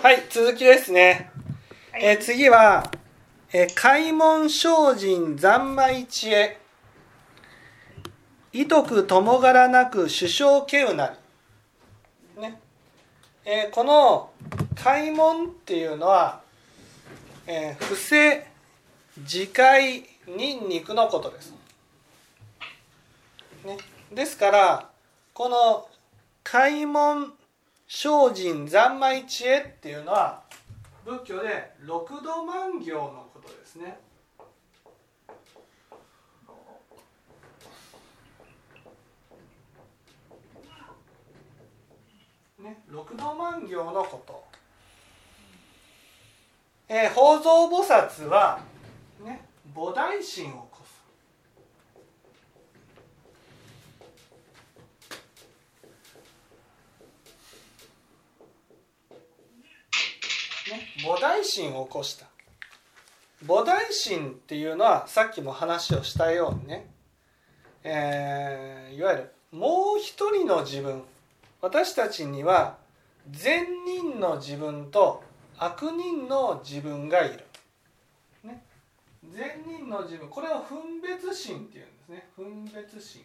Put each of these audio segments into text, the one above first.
はい、続きですね。 はい、 次は、開門精進三昧知恵、意徳共柄なく首相けうなり。ね。この開門っていうのは、伏せ、自戒、忍肉のことです。ね。ですから、この開門精進三昧知恵っていうのは、仏教で六度万行のことですね。六度万行のこと。法蔵菩薩は、菩提心を起こす。菩提心を起こした。菩提心っていうのはさっきも話をしたようにね、いわゆるもう一人の自分、私たちには善人の自分と悪人の自分がいる、ね、善人の自分、これを分別心っていうんですね。分別心、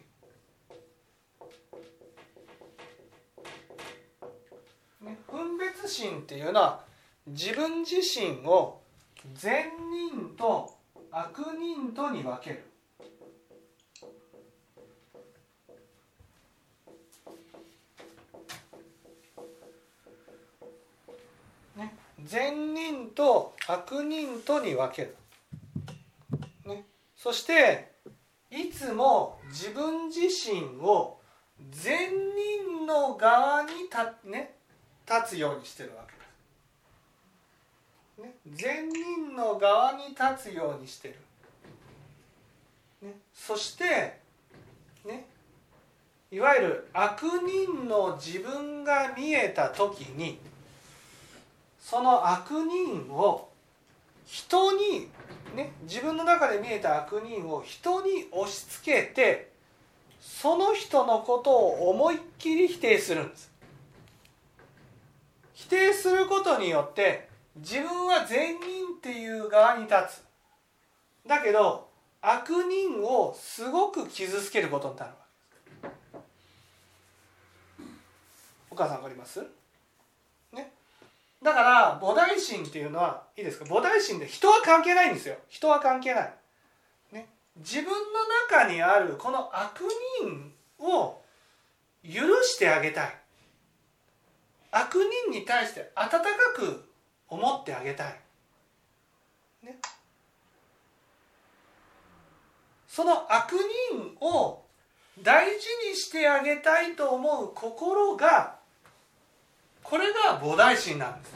分別心っていうのは自分自身を善人と悪人とに分ける。善人と悪人とに分ける。そしていつも自分自身を善人の側に立つようにしてるわけです。善人の側に立つようにしてる。そして、いわゆる悪人の自分が見えた時に、その悪人を人に、自分の中で見えた悪人を人に押し付けて、その人のことを思いっきり否定するんです。否定することによって自分は善人っていう側に立つ。だけど悪人をすごく傷つけることになるわけです。お母さん分かります？だから菩提心っていうのはいいですか、菩提心で人は関係ないんですよ。人は関係ない、自分の中にあるこの悪人を許してあげたい。悪人に対して温かく思ってあげたい、その悪人を大事にしてあげたいと思う心が、これが菩提心なんです。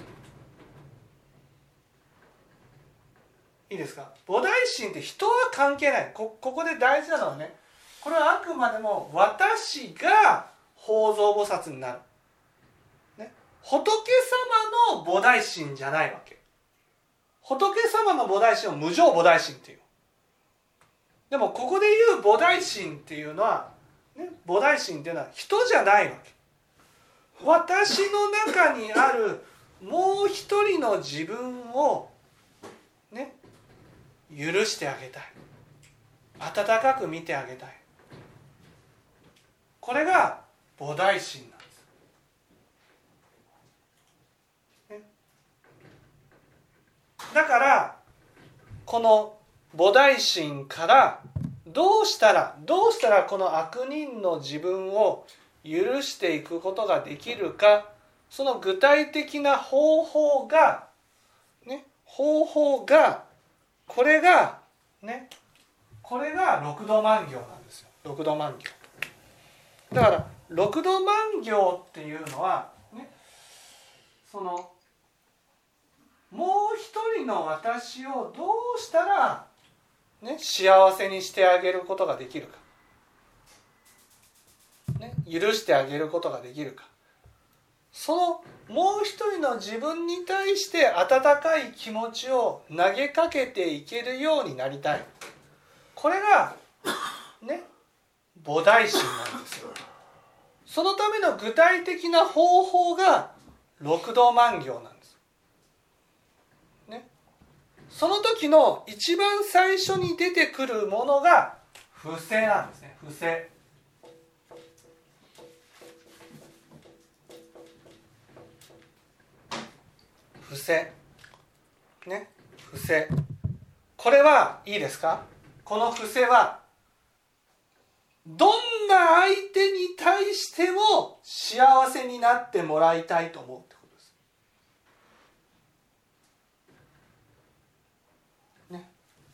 いいですか？菩提心って人は関係ない。ここで大事なのはね、これはあくまでも私が法蔵菩薩になる、仏様の菩提心じゃないわけ。仏様の菩提心を無常菩提心っていう。でもここで言う菩提心っていうのは、菩提心っていうのは人じゃないわけ。私の中にあるもう一人の自分を許してあげたい。温かく見てあげたい。これが菩提心なんです。だからこの菩提心からどうしたらこの悪人の自分を許していくことができるか、その具体的な方法がこれが六度万行なんですよ。六度万行だから、六度万行っていうのはそのもう一人の私をどうしたら幸せにしてあげることができるか、許してあげることができるか、そのもう一人の自分に対して温かい気持ちを投げかけていけるようになりたい。これが菩提心なんですよ。そのための具体的な方法が六度万行なんです。 その時の一番最初に出てくるものが伏せなんですね。伏せ。伏せね、伏せ。これはいいですか？この伏せはどんな相手に対しても幸せになってもらいたいと思うってことです。ね。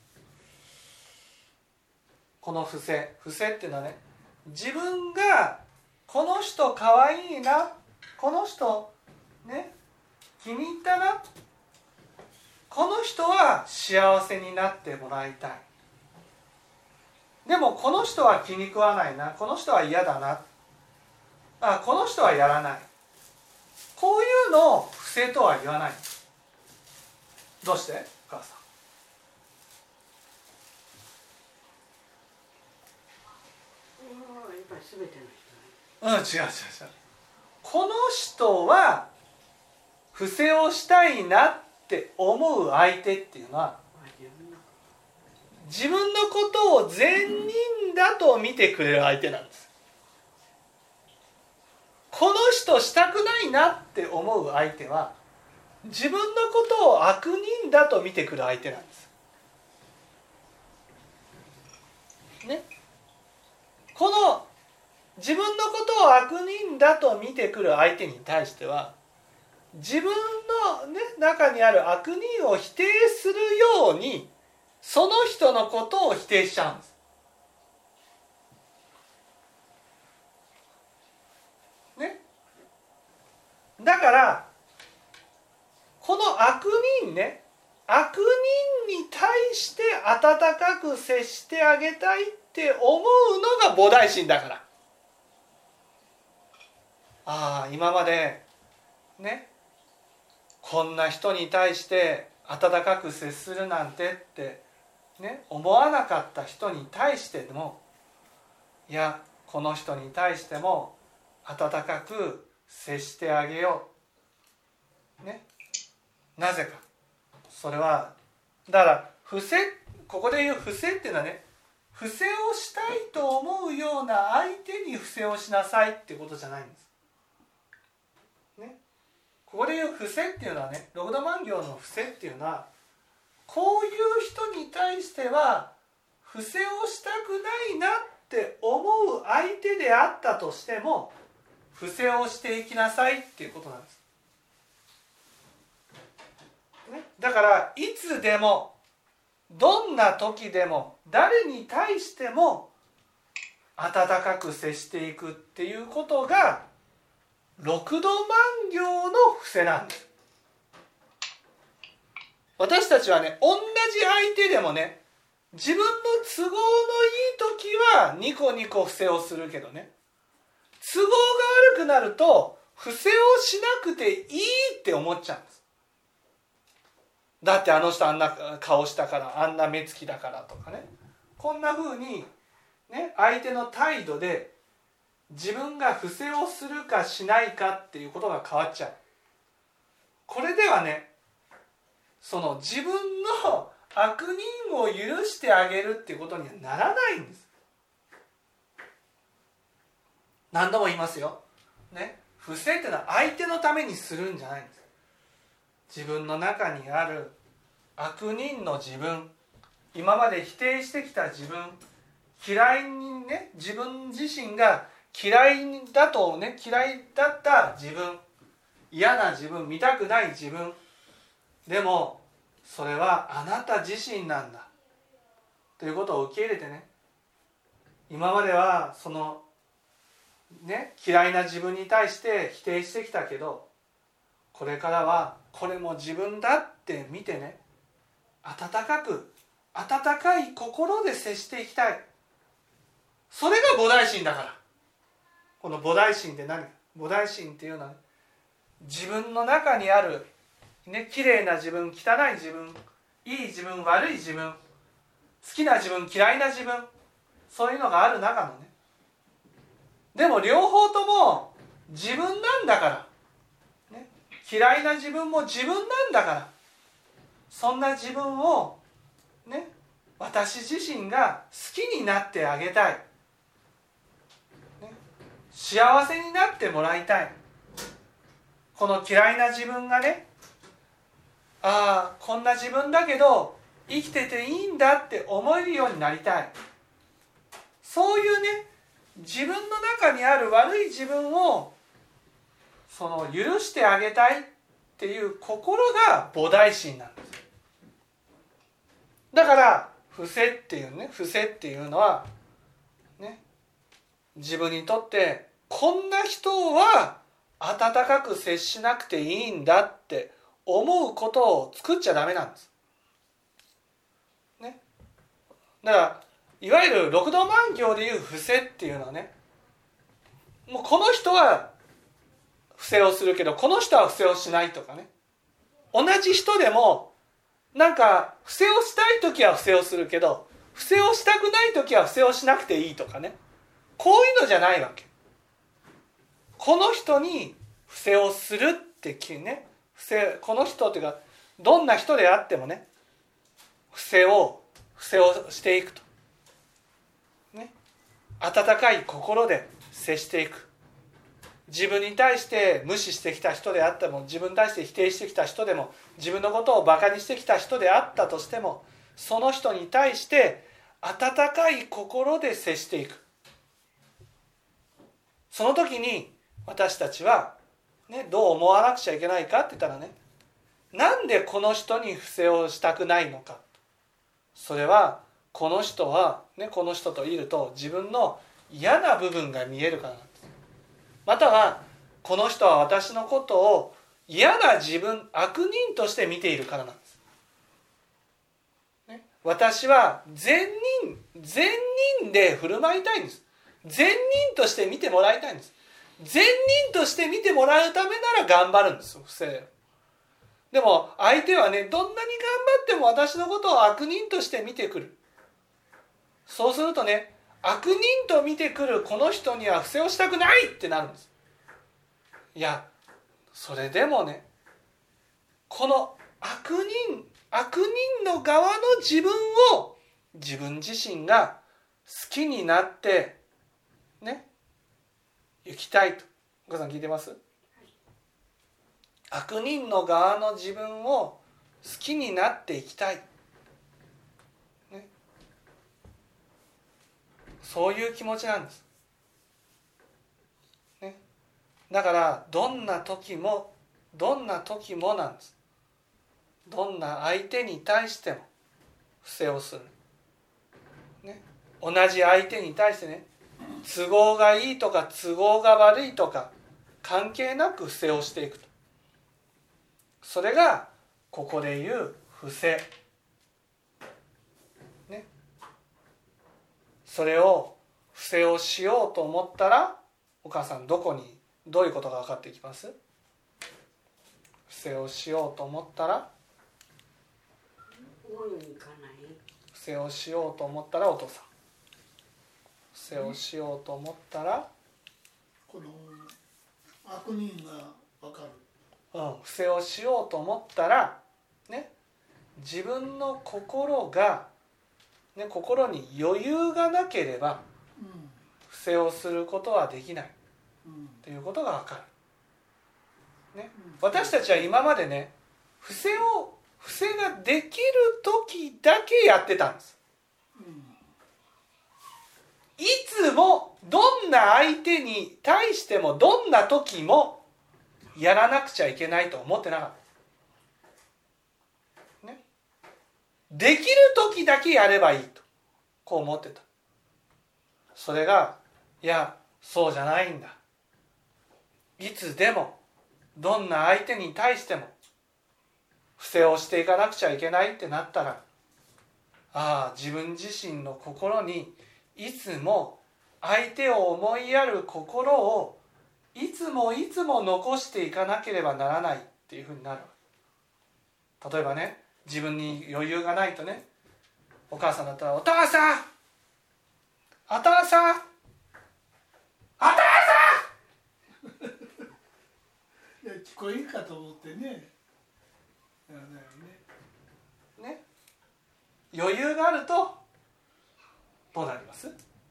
この伏せっていうのはね、自分がこの人かわいいな、この人ね気に入ったな、この人は幸せになってもらいたい。でもこの人は気に食わないな、この人は嫌だな、この人はやらない。こういうのを不正とは言わない。どうして？お母さん。 やっぱり全ての人。違う。この人は不正をしたいなって思う相手っていうのは、自分のことを善人だと見てくれる相手なんです。この人したくないなって思う相手は、自分のことを悪人だと見てくる相手なんです。ね。この自分のことを悪人だと見てくる相手に対しては、自分の、ね、中にある悪人を否定するようにその人のことを否定しちゃうんです。ね。だからこの悪人ね、悪人に対して温かく接してあげたいって思うのが菩提心だから。今までね、こんな人に対して温かく接するなんてってね、思わなかった人に対してでも、いやこの人に対しても温かく接してあげよう、ね、なぜか、それはだから伏せ、ここで言う伏せっていうのはね、伏せをしたいと思うような相手に伏せをしなさいっていうことじゃないんです、ね、ここで言う伏せっていうのはね、六度万行の伏せっていうのは、こういう人に対しては伏せをしたくないなって思う相手であったとしても伏せをしていきなさいっていうことなんです、ね、だからいつでもどんな時でも誰に対しても温かく接していくっていうことが六度万行の伏せなんです。私たちはね、同じ相手でもね、自分の都合のいい時はニコニコ伏せをするけどね、都合が悪くなると伏せをしなくていいって思っちゃうんです。だってあの人あんな顔したから、あんな目つきだからとかね、こんな風にね、相手の態度で自分が伏せをするかしないかっていうことが変わっちゃう。これではね、その自分の悪人を許してあげるっていうことにはならないんです。何度も言いますよ、ね、伏せっていうのは相手のためにするんじゃないんです。自分の中にある悪人の自分、今まで否定してきた自分、嫌いにね、自分自身が嫌いだとね、嫌いだった自分、嫌な自分、見たくない自分、でもそれはあなた自身なんだということを受け入れてね、今まではそのね、嫌いな自分に対して否定してきたけど、これからはこれも自分だって見てね、温かい心で接していきたい。それが菩提心だから。この菩提心って何？菩提心っていうのは、ね、自分の中にあるね、綺麗な自分、汚い自分、いい自分、悪い自分、好きな自分、嫌いな自分、そういうのがある中のね、でも両方とも自分なんだから、ね、嫌いな自分も自分なんだから、 そんな自分をね、私自身が好きになってあげたい、ね、幸せになってもらいたい。この嫌いな自分がね、ああこんな自分だけど生きてていいんだって思えるようになりたい。そういうね、自分の中にある悪い自分をその許してあげたいっていう心が菩提心なんです。だから伏せっていうね、伏せっていうのはね、自分にとってこんな人は温かく接しなくていいんだって思うことを作っちゃダメなんです、ね、だからいわゆる六度万行でいう伏せっていうのはね、もうこの人は伏せをするけどこの人は伏せをしないとかね、同じ人でもなんか伏せをしたい時は伏せをするけど伏せをしたくない時は伏せをしなくていいとかね、こういうのじゃないわけ。この人に伏せをするってね、この人というかどんな人であってもね、伏せをしていくと、ね、温かい心で接していく。自分に対して無視してきた人であっても、自分に対して否定してきた人でも、自分のことをバカにしてきた人であったとしても、その人に対して温かい心で接していく。その時に私たちは、ね、どう思わなくちゃいけないかって言ったらね、なんでこの人に伏せをしたくないのか。それはこの人は、ね、この人といると自分の嫌な部分が見えるからなんです。またはこの人は私のことを嫌な自分、悪人として見ているからなんです、ね、私は善人で振る舞いたいんです。善人として見てもらいたいんです。善人として見てもらうためなら頑張るんですよ、不正。でも相手はね、どんなに頑張っても私のことを悪人として見てくる。そうするとね、悪人と見てくるこの人には伏せをしたくないってなるんです。いや、それでもね、この悪人の側の自分を自分自身が好きになってね、行きたいと。お母さん聞いてます？悪人の側の自分を好きになっていきたい、ね、そういう気持ちなんです、ね、だからどんな時もなんです。どんな相手に対しても伏せをする、ね、同じ相手に対してね、都合がいいとか都合が悪いとか関係なく伏せをしていくと。それがここで言う伏せ、ね、それを伏せをしようと思ったら、お母さんどういうことが分かってきます？伏せをしようと思ったら、伏せをしようと思ったら、お父さん伏せをしようと思ったら、 この悪人が分かる。 伏せをしようと思ったら、ね、自分の心が、ね、心に余裕がなければ伏せをすることはできないということが分かる、ね、私たちは今までね、伏せができる時だけやってたんです。いつもどんな相手に対してもどんな時もやらなくちゃいけないと思ってなかった、ね、できる時だけやればいいとこう思ってた。それがいやそうじゃないんだ。いつでもどんな相手に対しても伏せをしていかなくちゃいけないってなったら、自分自身の心にいつも相手を思いやる心をいつも残していかなければならないっていうふうになる。例えばね、自分に余裕がないとね、お母さんだったら、お父さんいや聞こえんかと思ってね。 ね、余裕があるとどうなります？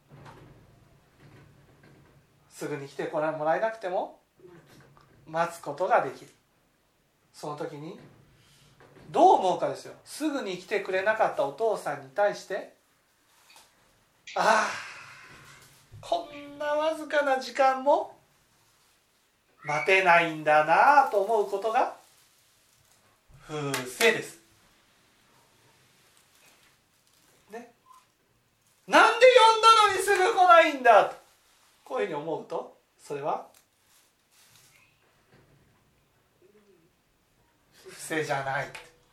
すぐに来てもらえなくても待つことができる。その時にどう思うかですよ。すぐに来てくれなかったお父さんに対して、ああこんなわずかな時間も待てないんだなと思うことが不正です、ね、なんで呼んだのにすぐ来ないんだとこういうふうに思うと、それは不正じゃない。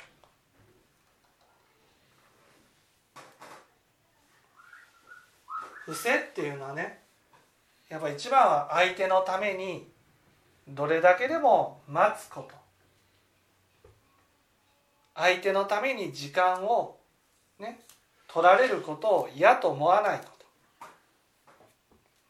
不正っていうのはね、やっぱり一番は相手のためにどれだけでも待つこと、相手のために時間をね取られることを嫌と思わないこと、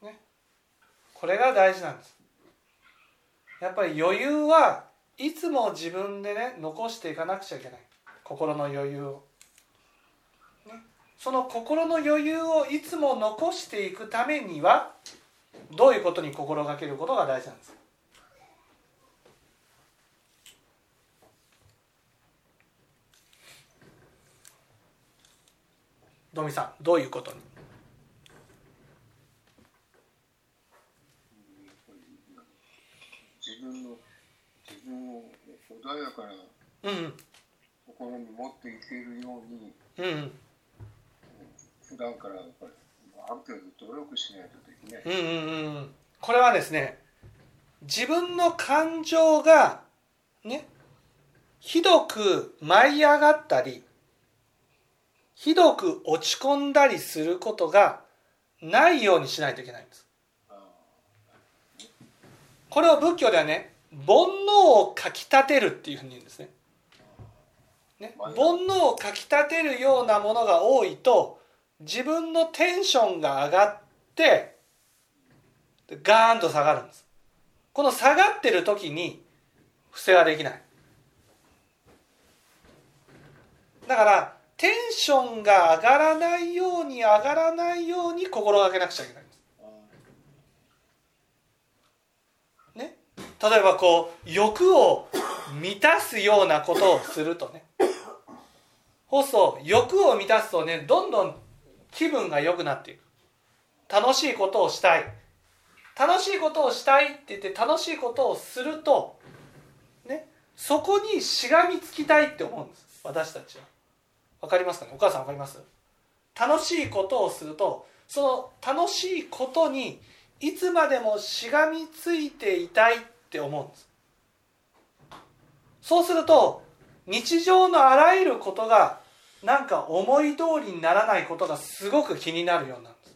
ね、これが大事なんです。やっぱり余裕はいつも自分でね残していかなくちゃいけない。心の余裕を、ね、その心の余裕をいつも残していくためにはどういうことに心がけることが大事なんですか？ドミさん、どういうことに？ 自分を穏やかな心に持っていけるように、普段からやっぱりある程度努力しないとできない。 これはですね、自分の感情がねひどく舞い上がったりひどく落ち込んだりすることがないようにしないといけないんです。これを仏教ではね、煩悩をかきたてるっていうふうに言うんですね。煩悩をかきたてるようなものが多いと自分のテンションが上がってガーンと下がるんです。この下がってる時に伏せはできない。だからテンションが上がらないように心がけなくちゃいけないんです、ね、例えばこう欲を満たすようなことをするとね、そうすると欲を満たすとねどんどん気分が良くなっていく。楽しいことをしたいって言って楽しいことをすると、ね、そこにしがみつきたいって思うんです。私たちはわかりますかね？お母さんわかります？楽しいことをするとその楽しいことにいつまでもしがみついていたいって思うんです。そうすると日常のあらゆることがなんか思い通りにならないことがすごく気になるようになるんです、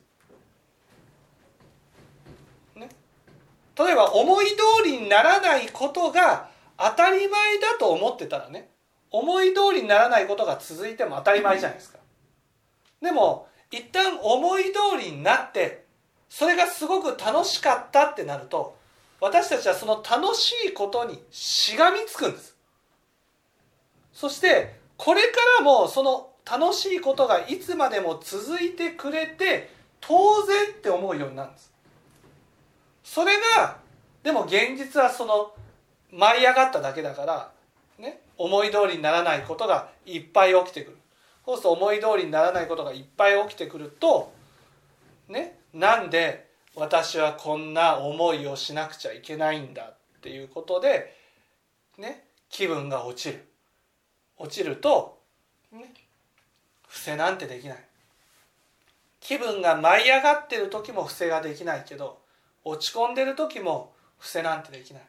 ね、例えば思い通りにならないことが当たり前だと思ってたらね、思い通りにならないことが続いても当たり前じゃないですか。でも一旦思い通りになってそれがすごく楽しかったってなると私たちはその楽しいことにしがみつくんです。そしてこれからもその楽しいことがいつまでも続いてくれて当然って思うようになるんです。それがでも現実はその舞い上がっただけだからね、思い通りにならないことがいっぱい起きてくる。そうすると思い通りにならないことがいっぱい起きてくると、ね、なんで私はこんな思いをしなくちゃいけないんだっていうことで、ね、気分が落ちると、ね、伏せなんてできない。気分が舞い上がってる時も伏せができないけど落ち込んでる時も伏せなんてできない。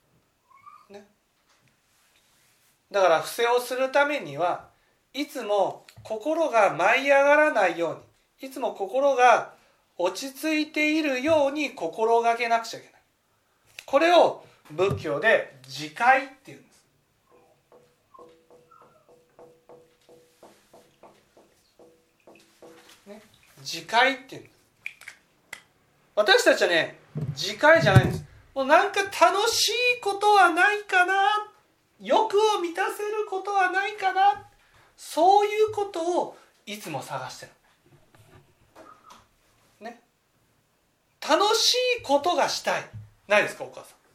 だから伏せをするためにはいつも心が舞い上がらないように、いつも心が落ち着いているように心がけなくちゃいけない。これを仏教で自戒っていうんです、ね、自戒っていうんです。私たちはね自戒じゃないんです。もうなんか楽しいことはないかな、欲を満たせることはないかな、 そういうことをいつも探してる、ね、楽しいことがしたい。ないですかお母さ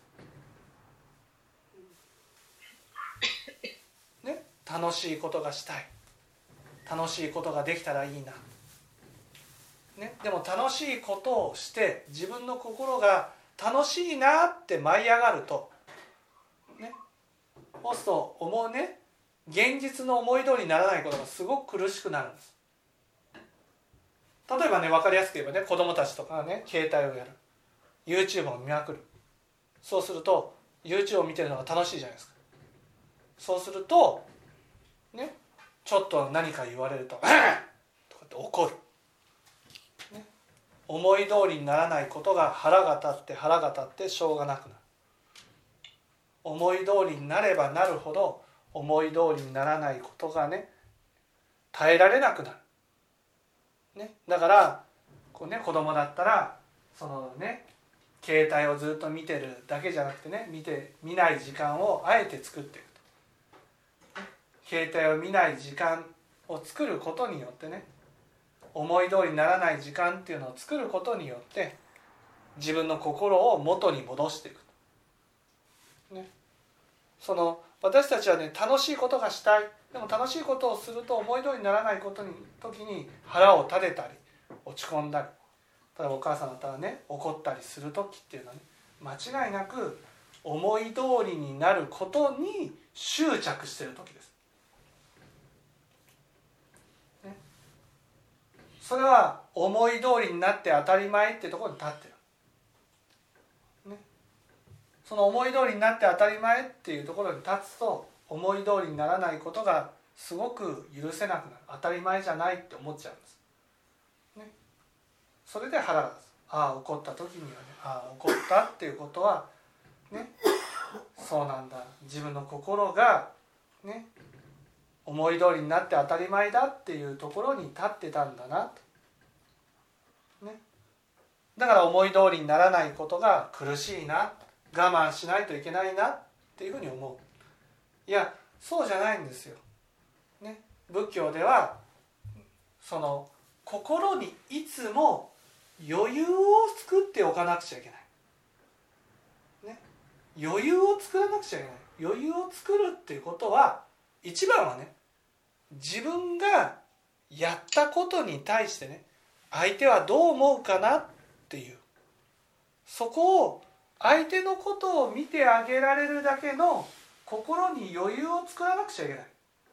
ん、ね、楽しいことがしたい、楽しいことができたらいいな、ね、でも楽しいことをして自分の心が楽しいなって舞い上がると、ね、そうすると思うね、現実の思い通りにならないことがすごく苦しくなるんです。例えばね、分かりやすく言えばね、子供たちとかがね、携帯をやる、 YouTube を見まくる。そうすると YouTube を見てるのが楽しいじゃないですか。そうするとね、ちょっと何か言われるととかって怒る、ね、思い通りにならないことが腹が立って腹が立ってしょうがなくなる。思い通りになればなるほど思い通りにならないことがね、耐えられなくなる、ね、だからこう、ね、子供だったらそのね、携帯をずっと見てるだけじゃなくてね、見ない時間をあえて作っていくと、携帯を見ない時間を作ることによってね、思い通りにならない時間っていうのを作ることによって自分の心を元に戻していくと、ね、その私たちはね、楽しいことがしたい。でも楽しいことをすると思い通りにならない時に腹を立てたり落ち込んだり、例えばお母さんだったらね、怒ったりする時っていうのはね、間違いなく思い通りになることに執着している時です、ね、それは思い通りになって当たり前っていうところに立ってる、ね、その思い通りになって当たり前っていうところに立つと思い通りにならないことがすごく許せなくなる。当たり前じゃないって思っちゃうんです、ね、それで腹が立つ。ああ怒った時にはね、ああ怒ったっていうことはね、そうなんだ、自分の心がね、思い通りになって当たり前だっていうところに立ってたんだなと、ね、だから思い通りにならないことが苦しいな、我慢しないといけないなっていうふうに思う。いや、そうじゃないんですよ、ね、仏教ではその心にいつも余裕を作っておかなくちゃいけない、ね、余裕を作らなくちゃいけない。余裕を作るっていうことは、一番はね、自分がやったことに対してね、相手はどう思うかなっていう、そこを相手のことを見てあげられるだけの心に余裕を作らなくちゃいけない。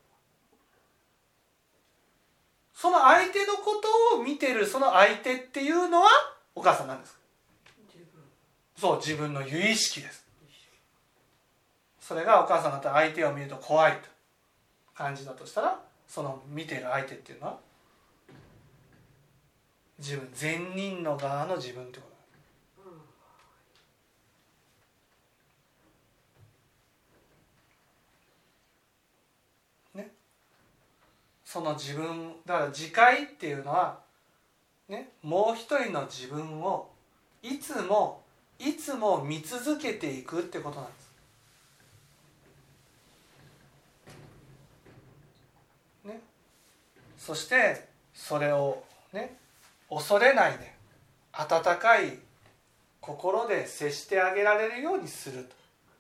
その相手のことを見てるその相手っていうのはお母さんなんですか？そう、自分の由意識です。それがお母さんだったら相手を見ると怖いと感じだとしたら、その見てる相手っていうのは自分、善人の側の自分ってことね。その自分だから、自戒っていうのはね、もう一人の自分をいつも見続けていくってことなんです、ね、そしてそれをね、恐れないで温かい心で接してあげられるようにする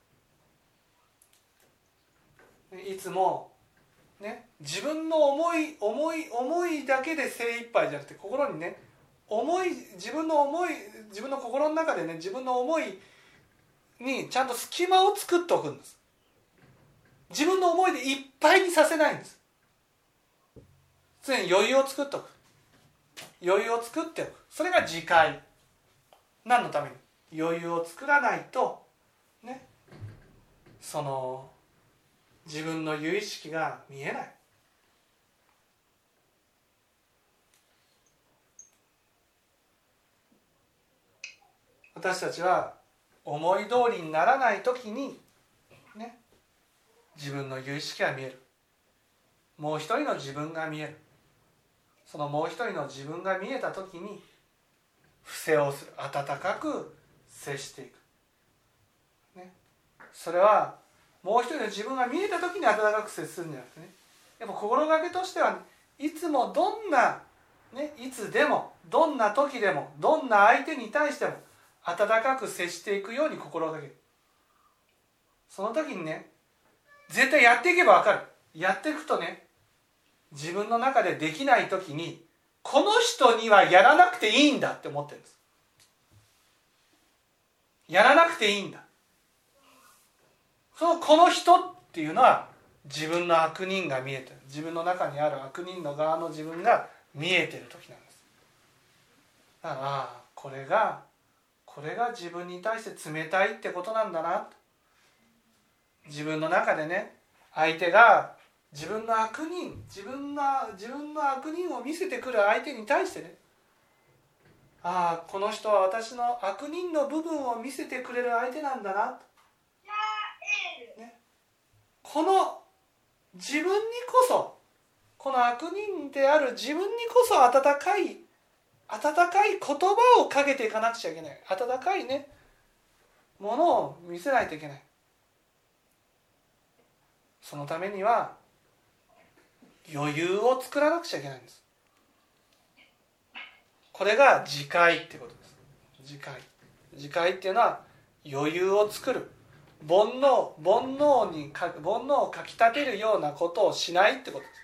と、いつもね、自分の思いだけで精一杯じゃなくて、心にね、自分の心の中でね、自分の思いにちゃんと隙間を作っておくんです。自分の思いでいっぱいにさせないんです。常に余裕を作っておく、余裕を作っておく、それが自戒。何のために？余裕を作らないとね、その自分の由意識が見えない。私たちは思い通りにならないときにね、自分の由意識が見える。もう一人の自分が見える。そのもう一人の自分が見えたときに伏せをする。温かく接していく、ね、それはもう一人の自分が見えたときに温かく接するんじゃなくてね、 やっぱ心がけとしてはいつもどんな、ね、いつでもどんな時でもどんな相手に対しても温かく接していくように心がける。その時にね、絶対やっていけば分かる。やっていくとね、自分の中でできない時にこの人にはやらなくていいんだって思ってるんです。やらなくていいんだ。この人っていうのは自分の悪人が見えてる。自分の中にある悪人の側の自分が見えてる時なんです。だからこれが自分に対して冷たいってことなんだな。自分の中でね、相手が自分の悪人、自分の悪人を見せてくる相手に対してね、この人は私の悪人の部分を見せてくれる相手なんだな、ね、この自分にこそ、この悪人である自分にこそ温かい言葉をかけていかなくちゃいけない。温かいねものを見せないといけない。そのためには余裕を作らなくちゃいけないんです。これが自戒ってことです。自戒っていうのは余裕を作る、煩悩をかきたてるようなことをしないってことです、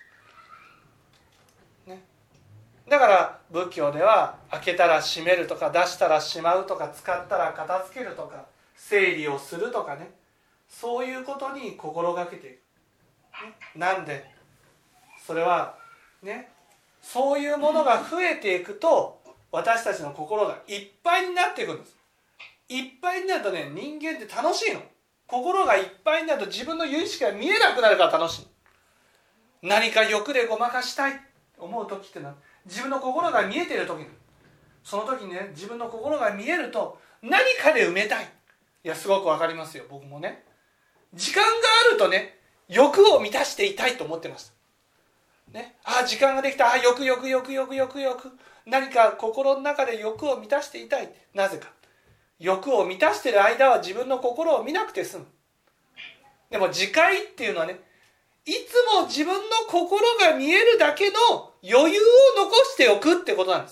ね、だから仏教では開けたら閉めるとか、出したらしまうとか、使ったら片付けるとか、整理をするとかね、そういうことに心がけていく、ね、なんでそれはね、そういうものが増えていくと私たちの心がいっぱいになっていくんです。いっぱいになるとね、人間って楽しいの。心がいっぱいになると自分の有意識が見えなくなるから楽しい。何か欲でごまかしたいと思う時ってのは自分の心が見えている時に、その時にね、自分の心が見えると何かで埋めたい。いや、すごくわかりますよ。僕もね、時間があるとね、欲を満たしていたいと思ってましたね。時間ができた、欲、何か心の中で欲を満たしていたい。なぜか、欲を満たしている間は自分の心を見なくて済む。でも自戒っていうのはね、いつも自分の心が見えるだけの余裕を残しておくってことなんです。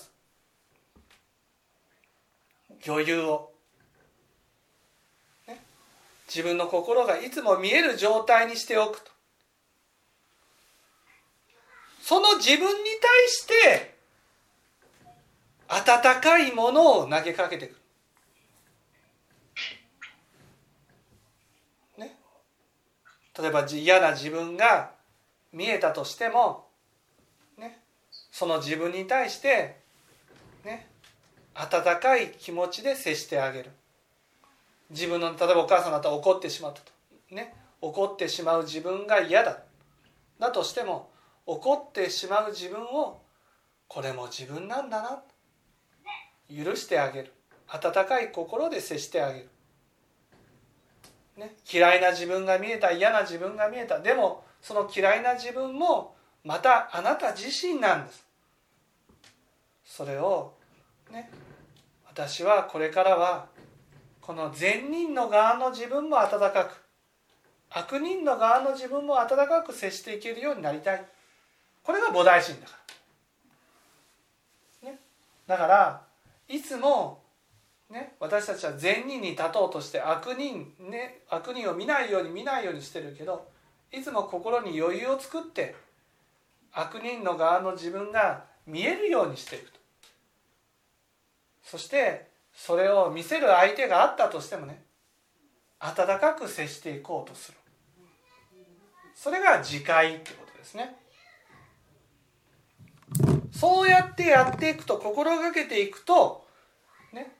余裕を、ね、自分の心がいつも見える状態にしておくと、その自分に対して温かいものを投げかけてくる、ね、例えば嫌な自分が見えたとしても、ね、その自分に対して、ね、温かい気持ちで接してあげる。自分の、例えばお母さんだったら怒ってしまったと、ね、怒ってしまう自分が嫌だとしても、怒ってしまう自分をこれも自分なんだな、許してあげる。温かい心で接してあげる、ね、嫌いな自分が見えた、嫌な自分が見えた。でもその嫌いな自分もまたあなた自身なんです。それをね、私はこれからはこの善人の側の自分も温かく、悪人の側の自分も温かく接していけるようになりたい。これが菩提心だから、ね、だからいつも、ね、私たちは善人に立とうとして悪人を見ないようにしてるけど、いつも心に余裕を作って悪人の側の自分が見えるようにしていくと。そしてそれを見せる相手があったとしてもね、温かく接していこうとする。それが自戒ってことですね。そうやってやっていくと、心がけていくとね、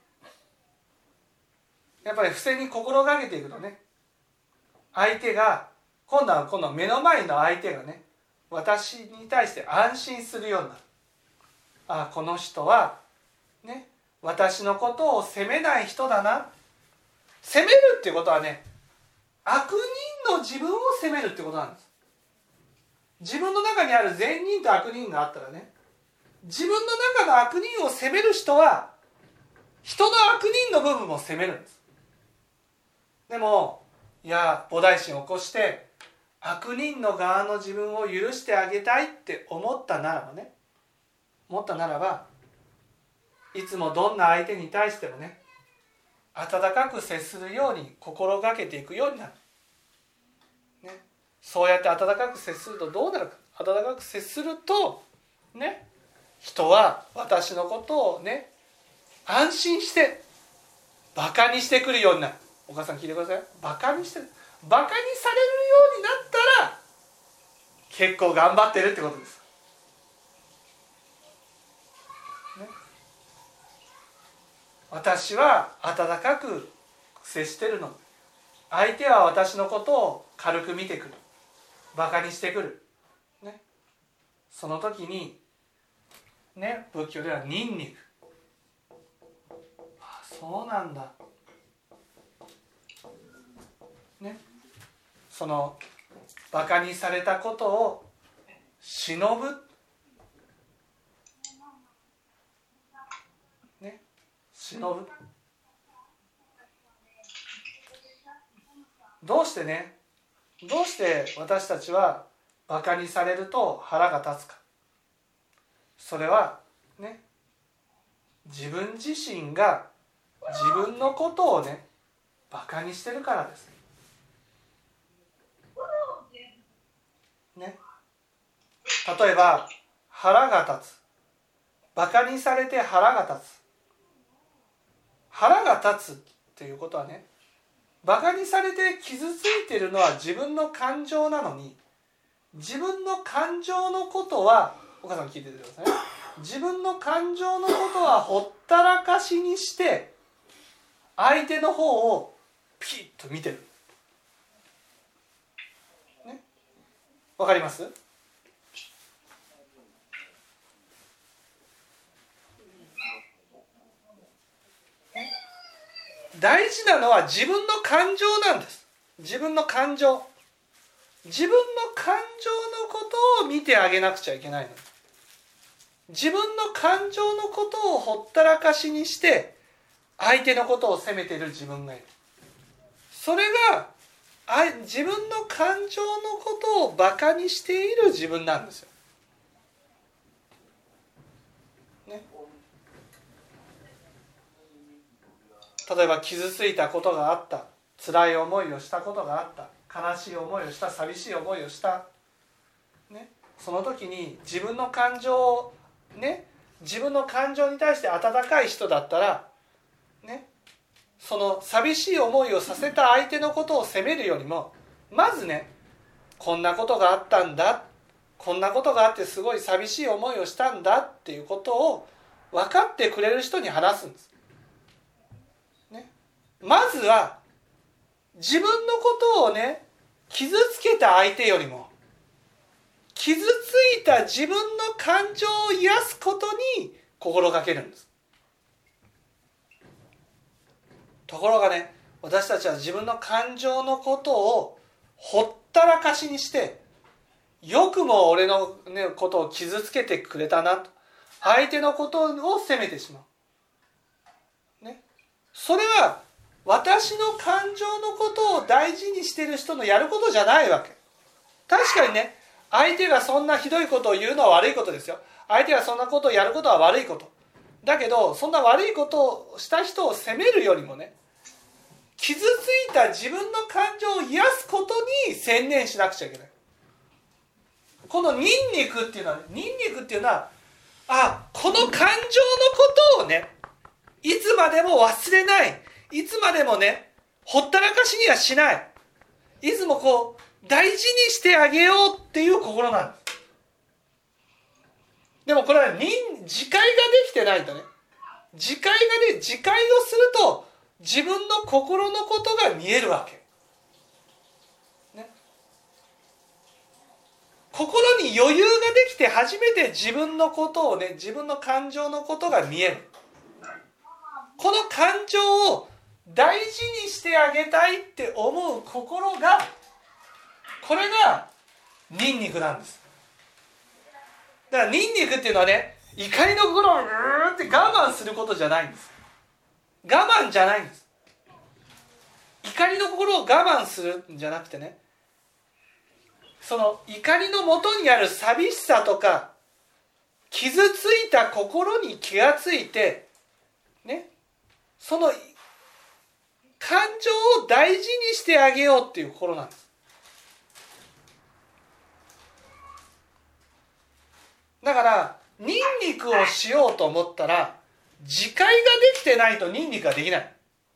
やっぱり不正に心がけていくとね、相手が今度はこの目の前の相手がね、私に対して安心するようになる。この人はね、私のことを責めない人だな。責めるっていうことはね、悪人の自分を責めるってことなんです。自分の中にある善人と悪人があったらね、自分の中の悪人を責める人は人の悪人の部分も責めるんです。でも、いや、菩提心を起こして悪人の側の自分を許してあげたいって思ったならばいつもどんな相手に対してもね、温かく接するように心がけていくようになる、ね、そうやって温かく接するとどうなるか。温かく接するとね、人は私のことをね、安心してバカにしてくるようになる。お母さん聞いてください。バカにしてる、バカにされるようになったら結構頑張ってるってことです、ね、私は温かく接してるの、相手は私のことを軽く見てくる、バカにしてくる、ね、その時にね、仏教ではニンニク、あ、そうなんだ、ね、そのバカにされたことを忍ぶ、ね、忍ぶ。どうして私たちはバカにされると腹が立つか。それはね、自分自身が自分のことをね、バカにしてるからです。ね、例えば腹が立つ、バカにされて腹が立つ。腹が立つっていうことはね、バカにされて傷ついているのは自分の感情なのに、自分の感情のことは、お母さん聞いててくださいね、自分の感情のことはほったらかしにして相手の方をピッと見てる、ね、わかります？大事なのは自分の感情なんです。自分の感情、自分の感情のことを見てあげなくちゃいけないの。自分の感情のことをほったらかしにして相手のことを責めている自分がいる。それが自分の感情のことをバカにしている自分なんですよ、ね、例えば傷ついたことがあった、辛い思いをしたことがあった、悲しい思いをした、寂しい思いをした、ね、その時に自分の感情をね、自分の感情に対して温かい人だったら、ね、その寂しい思いをさせた相手のことを責めるよりも、まずね、こんなことがあったんだ、こんなことがあってすごい寂しい思いをしたんだっていうことを分かってくれる人に話すんです、ね、まずは自分のことをね、傷つけた相手よりも傷ついた自分の感情を癒すことに心がけるんです。ところがね、私たちは自分の感情のことをほったらかしにして、よくも俺の、ね、ことを傷つけてくれたなと、相手のことを責めてしまう、ね、それは私の感情のことを大事にしている人のやることじゃないわけ。確かにね、相手がそんなひどいことを言うのは悪いことですよ。相手がそんなことをやることは悪いことだけど、そんな悪いことをした人を責めるよりもね、傷ついた自分の感情を癒すことに専念しなくちゃいけない。このニンニクっていうのは、この感情のことをね、いつまでも忘れない、いつまでもね、ほったらかしにはしない、いつもこう大事にしてあげようっていう心なんです。でもこれは自戒ができてないとね、自戒をすると自分の心のことが見えるわけ、ね、心に余裕ができて初めて自分のことをね、自分の感情のことが見える。この感情を大事にしてあげたいって思う心が、これがニンニクなんです。だからニンニクっていうのはね、怒りの心をって我慢することじゃないんです。我慢じゃないんです。怒りの心を我慢するんじゃなくてね、 その怒りのもとにある寂しさとか傷ついた心に気がついてね、その感情を大事にしてあげようっていう心なんです。だからニンニクをしようと思ったら自戒ができてないとニンニクができない。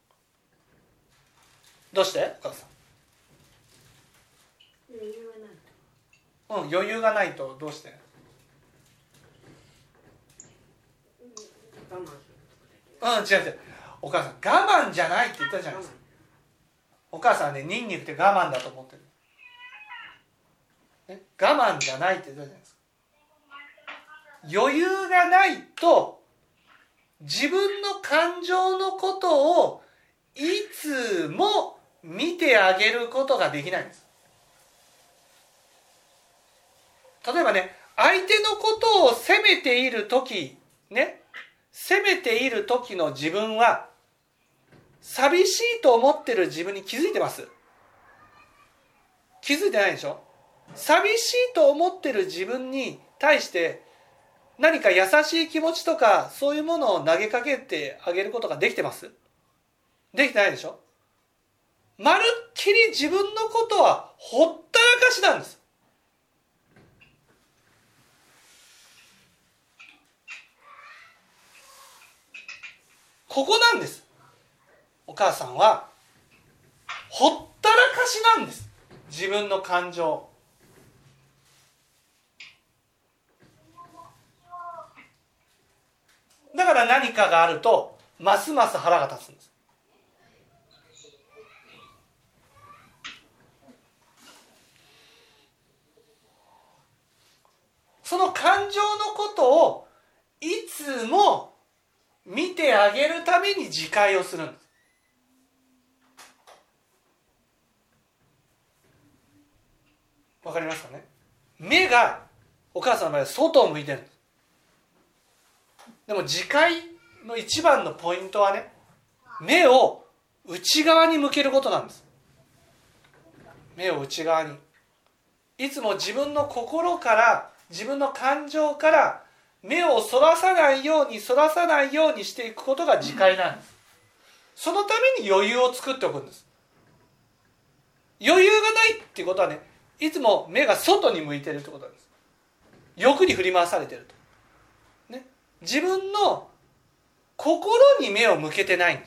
どうして？お母さん。余裕がないとどうして？違う。お母さん我慢じゃないって言ったじゃないですか。お母さんね、ニンニクって我慢だと思ってる、ね、我慢じゃないって言ったじゃないですか。余裕がないと自分の感情のことをいつも見てあげることができないんです。例えばね、相手のことを責めている時ね、責めている時の自分は寂しいと思ってる自分に気づいてます？気づいてないでしょ？寂しいと思ってる自分に対して何か優しい気持ちとかそういうものを投げかけてあげることができてます？できてないでしょ？まるっきり自分のことはほったらかしなんです。ここなんです。お母さんはほったらかしなんです。自分の感情。だから何かがあるとますます腹が立つんです。その感情のことをいつも見てあげるために自戒をするんです。わかりますかね？目がお母さんの場合は外を向いてるんです。でも自戒の一番のポイントはね、目を内側に向けることなんです。目を内側に。いつも自分の心から自分の感情から目をそらさないようにしていくことが自戒なんです。そのために余裕を作っておくんです。余裕がないっていうことはね、いつも目が外に向いてるってことなんです。欲に振り回されてると、ね、自分の心に目を向けてないんです。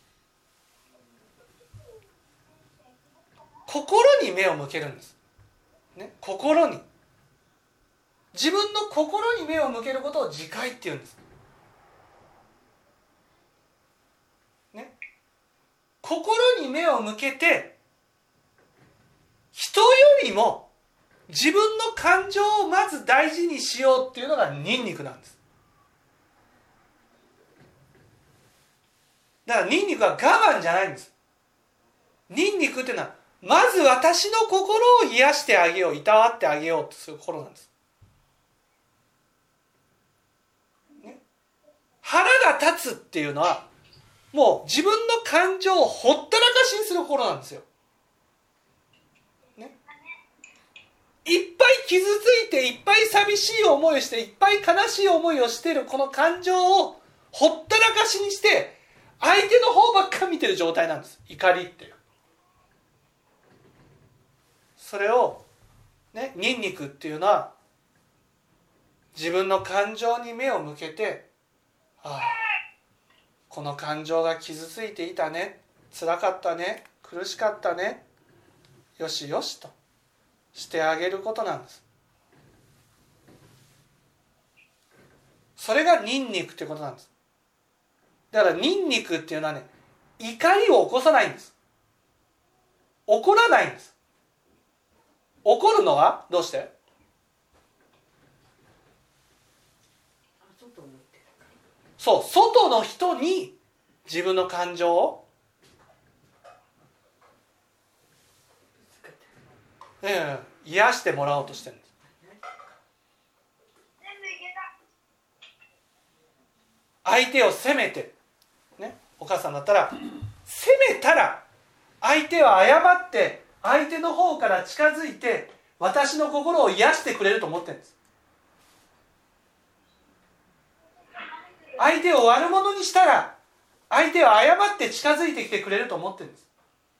心に目を向けるんです、ね、心に、自分の心に目を向けることを自戒っていうんです、ね、心に目を向けて人よりも自分の感情をまず大事にしようっていうのがニンニクなんです。だからニンニクは我慢じゃないんです。ニンニクっていうのはまず私の心を癒してあげよう、いたわってあげようとする心なんです、ね、腹が立つっていうのはもう自分の感情をほったらかしにする心なんですよ、ね、いっぱい傷ついていっぱい寂しい思いをしていっぱい悲しい思いをしているこの感情をほったらかしにして相手の方ばっか見てる状態なんです。怒りっていう、それをね、ニンニクっていうのは自分の感情に目を向けて、ああこの感情が傷ついていたね、辛かったね、苦しかったね、よしよしとしてあげることなんです。それがニンニクってことなんです。だからニンニクっていうのはね、怒りを起こさないんです。怒らないんです。怒るのはどうして？そう、外の人に自分の感情を、癒してもらおうとしてるんです。相手を責めて、ね、お母さんだったら責めたら相手は謝って相手の方から近づいて私の心を癒してくれると思ってるんです。相手を悪者にしたら相手は誤って近づいてきてくれると思ってるんです。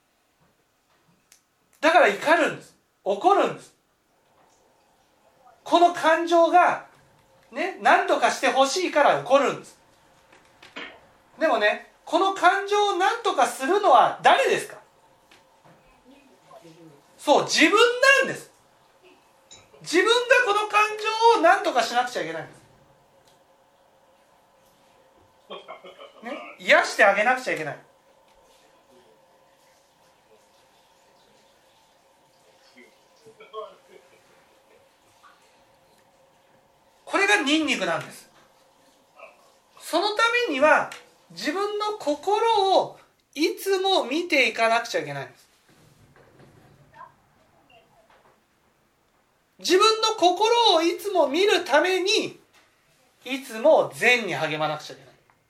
だから怒るんです。怒るんです。この感情がね、何とかしてほしいから怒るんです。でもね、この感情を何とかするのは誰ですか？そう、自分なんです。自分がこの感情を何とかしなくちゃいけないんです。ね、癒してあげなくちゃいけない。これがニンニクなんです。そのためには自分の心をいつも見ていかなくちゃいけないんです。自分の心をいつも見るためにいつも善に励まなくちゃいけ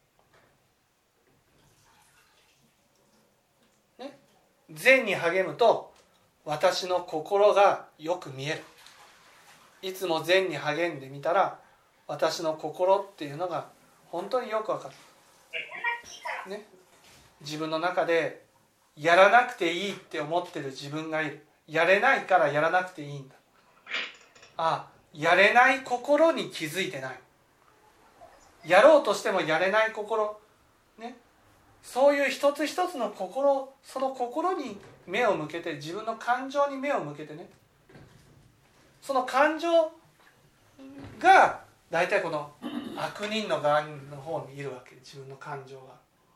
ない、ね、善に励むと私の心がよく見える。いつも善に励んでみたら私の心っていうのが本当によく分かる、ね、自分の中でやらなくていいって思ってる自分がいる。やれないからやらなくていいんだ。やれない心に気づいてない。やろうとしてもやれない心、ね、そういう一つ一つの心、その心に目を向けて、自分の感情に目を向けてね、その感情が大体この悪人の側の方にいるわけ。自分の感情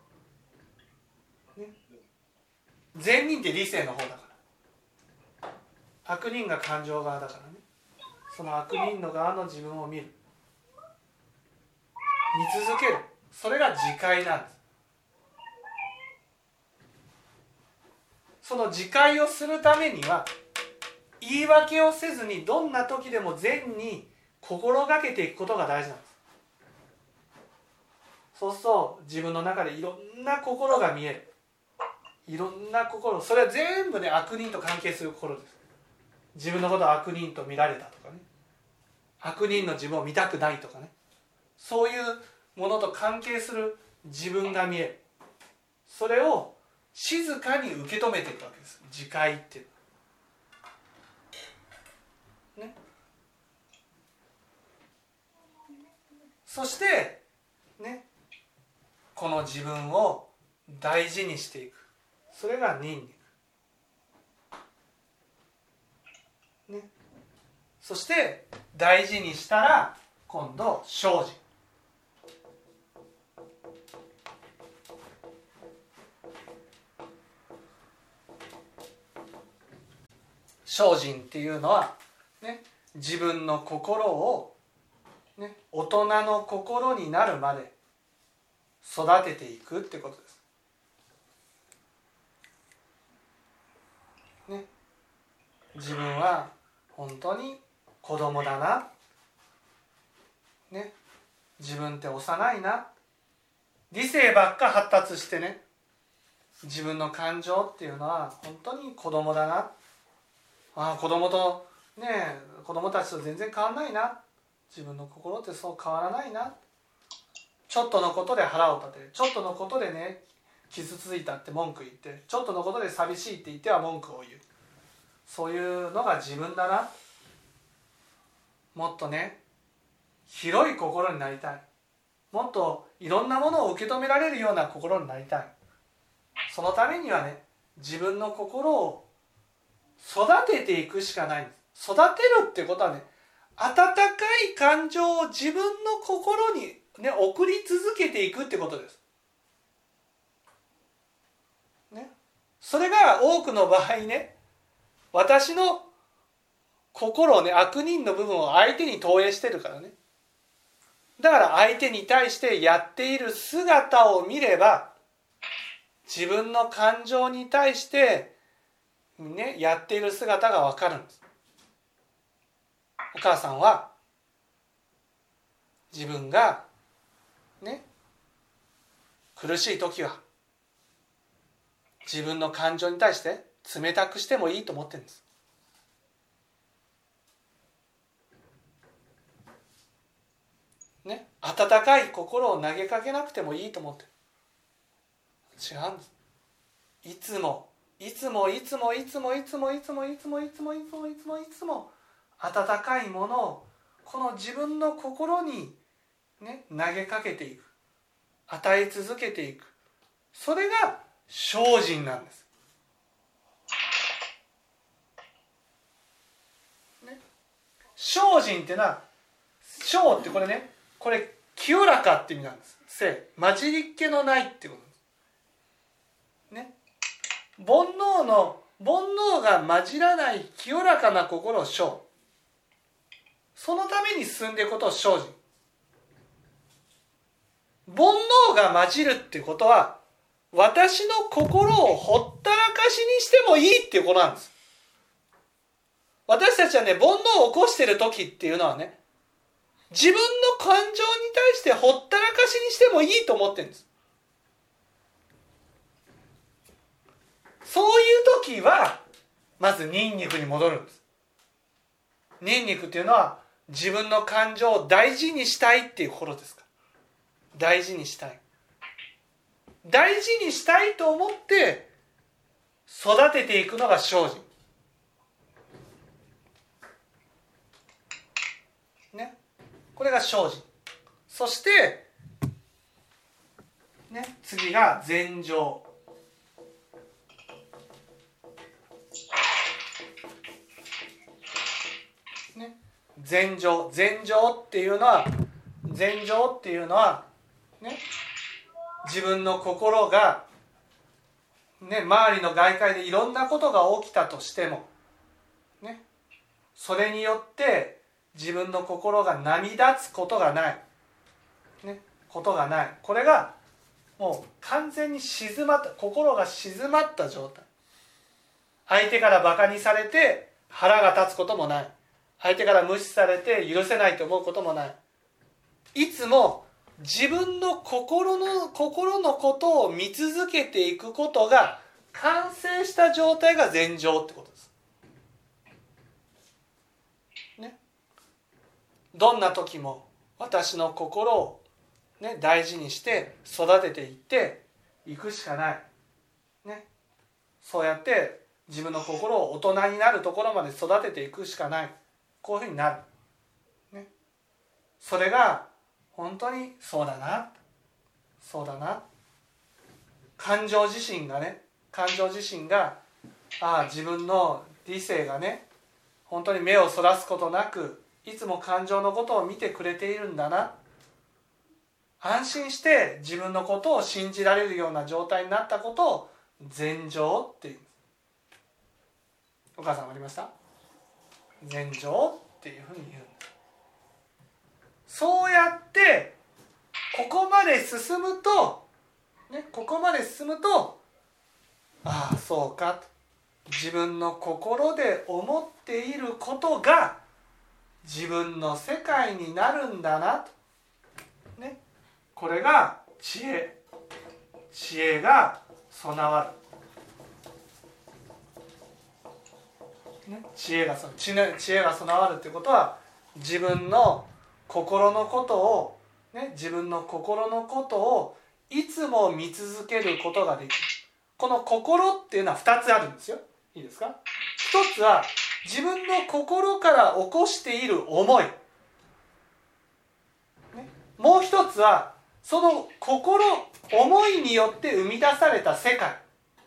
が、ね、善人って理性の方だから、悪人が感情側だからね。その悪人の側の自分を見る、見続ける、それが自戒なんです。その自戒をするためには言い訳をせずにどんな時でも善に心がけていくことが大事なんです。そうすると自分の中でいろんな心が見える。いろんな心、それは全部ね、悪人と関係する心です。自分のことを悪人と見られたとかね、悪人の自分を見たくないとかね、そういうものと関係する自分が見える。それを静かに受け止めていくわけです。自戒っていうね。そしてね、この自分を大事にしていく、それがニンニク、ね、そして大事にしたら今度精進。精進っていうのは、ね、自分の心を、ね、大人の心になるまで育てていくってことです、ね、自分は本当に子供だな、ね、自分って幼いな、理性ばっか発達してね、自分の感情っていうのは本当に子供だな、子供とね、子供たちと全然変わらないな、自分の心ってそう変わらないな、ちょっとのことで腹を立てる、ちょっとのことでね傷ついたって文句言って、ちょっとのことで寂しいって言っては文句を言う、そういうのが自分だな。もっとね、広い心になりたい。もっといろんなものを受け止められるような心になりたい。そのためにはね、自分の心を育てていくしかないんです。育てるってことはね、温かい感情を自分の心に、ね、送り続けていくってことです、ね、それが多くの場合ね、私の心をね、悪人の部分を相手に投影してるからね。だから相手に対してやっている姿を見れば、自分の感情に対してね、やっている姿が分かるんです。お母さんは自分がね、苦しい時は自分の感情に対して冷たくしてもいいと思ってるんです。 温かい心を投げかけなくてもいいと思ってる。違うんです。いつも温かいものをこの自分の心にね投げかけていく、与え続けていく、それが精進なんです。ね、精進っていうのは、精ってこれね、これ清らかって意味なんです。聖、混じりっ気のないってことです。ね、煩悩が混じらない清らかな心を精。そのために進んでいくことを精進。煩悩が混じるっていうことは、私の心をほったらかしにしてもいいっていうことなんです。私たちはね、煩悩を起こしている時っていうのはね、自分の感情に対してほったらかしにしてもいいと思ってるんです。そういう時はまずニンニクに戻るんです。ニンニクっていうのは自分の感情を大事にしたいっていう心ですから。大事にしたい。大事にしたいと思って育てていくのが精進。ね、これが精進。そして、ね、次が禅定。ね、禅定っていうのはね、自分の心が、ね、周りの外界でいろんなことが起きたとしても、ね、それによって自分の心が波立つことがない、ね、ことがない。これがもう完全に心が静まった状態。相手からバカにされて腹が立つこともない。相手から無視されて許せないと思うこともない。いつも自分の心のことを見続けていくことが完成した状態が禅定ってことです。ね、どんな時も私の心を、ね、大事にして育てていっていくしかない。ね、そうやって自分の心を大人になるところまで育てていくしかない。こういうふうになる。ね、それが本当にそうだな。感情自身が自分の理性がね、本当に目をそらすことなくいつも感情のことを見てくれているんだな。安心して自分のことを信じられるような状態になったことを禅定っていう。お母さん分かりました？禅定っていうふうに言うんです。そうやってここまで進むと、ああそうかと、自分の心で思っていることが自分の世界になるんだなと、ね、これが知恵が備わる、ね、知恵が備わるということは自分の心のことを、ね、いつも見続けることができる。この心っていうのは2つあるんですよ。いいですか？一つは自分の心から起こしている思い、ね、もう一つはその思いによって生み出された世界、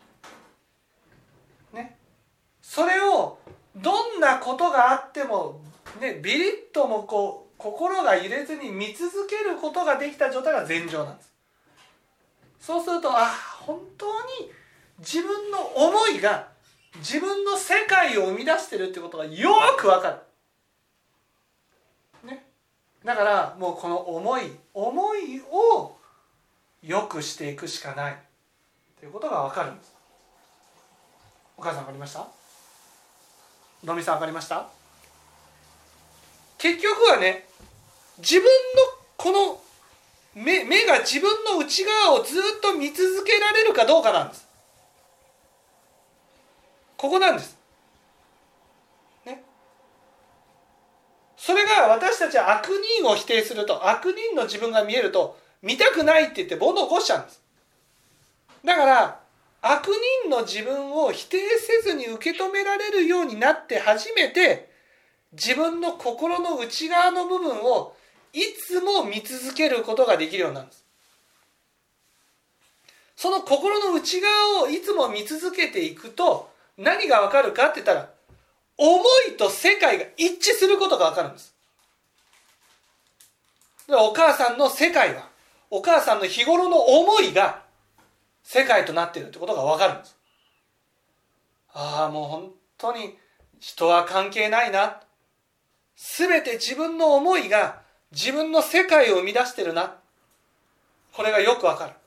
ね、それをどんなことがあっても、ね、ビリッとも心が揺れずに見続けることができた状態が禅定なんです。そうすると、本当に自分の思いが自分の世界を生み出しているってことがよくわかる、ね、だからもうこの思いを良くしていくしかないということがわかるんです。お母さんわかりました？のみさんわかりました？結局はね、自分のこの目が自分の内側をずっと見続けられるかどうかなんです。ここなんです、ね、 それが私たちは悪人を否定すると、悪人の自分が見えると見たくないって言って煩悩を起こしちゃうんです。だから悪人の自分を否定せずに受け止められるようになって初めて、自分の心の内側の部分をいつも見続けることができるようになるんです。その心の内側をいつも見続けていくと何がわかるかって言ったら、思いと世界が一致することがわかるんです。お母さんの世界は、お母さんの日頃の思いが世界となっているってことがわかるんです。ああ、もう本当に人は関係ないな。すべて自分の思いが自分の世界を生み出してるな。これがよくわかる。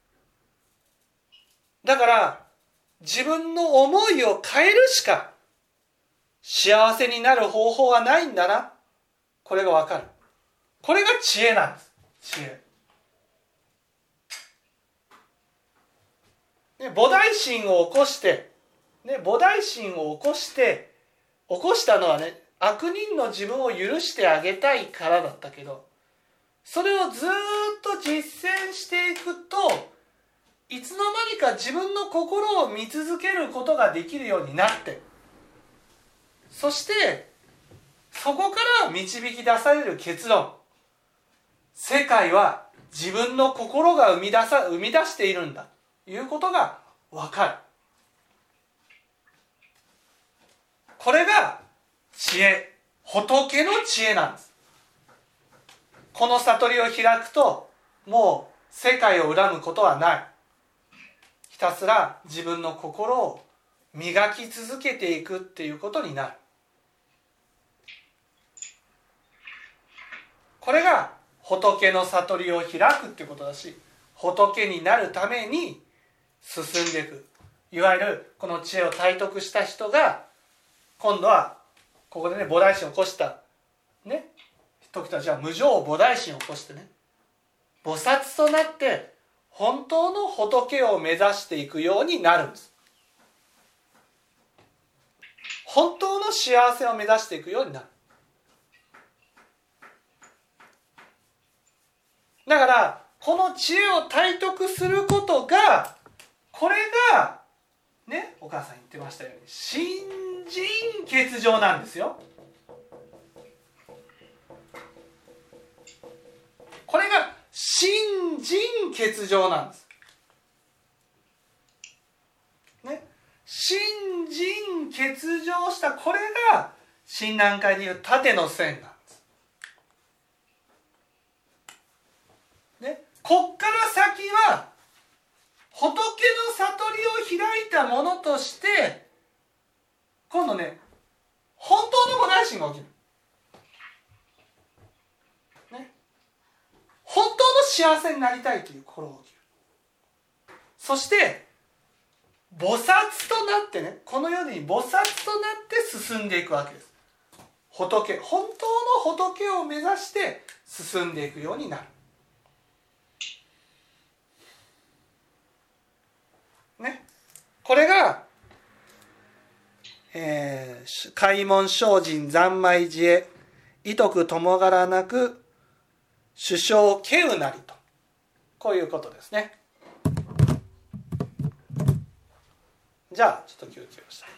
だから自分の思いを変えるしか幸せになる方法はないんだな。これがわかる。これが知恵なんです。知恵。菩提心を起こして、菩提心を起こしたのはね、悪人の自分を許してあげたいからだったけど、それをずっと実践していくと、いつの間にか自分の心を見続けることができるようになって、そしてそこから導き出される結論、世界は自分の心が生み出しているんだということが分かる。これが知恵、仏の知恵なんです。この悟りを開くと、もう世界を恨むことはない。ひたすら自分の心を磨き続けていくっていうことになる。これが仏の悟りを開くっていうことだし、仏になるために進んでいく。いわゆるこの知恵を体得した人が、今度はここでね、菩提心を起こしたね、時たちは無常菩提心を起こしてね、菩薩となって本当の仏を目指していくようになるんです。本当の幸せを目指していくようになる。だからこの知恵を体得することが、これがね、お母さん言ってましたように信心欠如なんですよ。これが信心欠如なんです、ね、信心欠如した、これが親鸞会でいう縦の線なんです、ね、こっから先は仏の悟りを開いたものとして今度ね、本当の菩提心が起きる、ね、本当の幸せになりたいという心が起きる。そして菩薩となってね、この世に菩薩となって進んでいくわけです。仏、本当の仏を目指して進んでいくようになる、ね、これが、開門精進三昧自衛意徳共柄なく首相けうなりと、こういうことですね。じゃあちょっと休憩をしたい。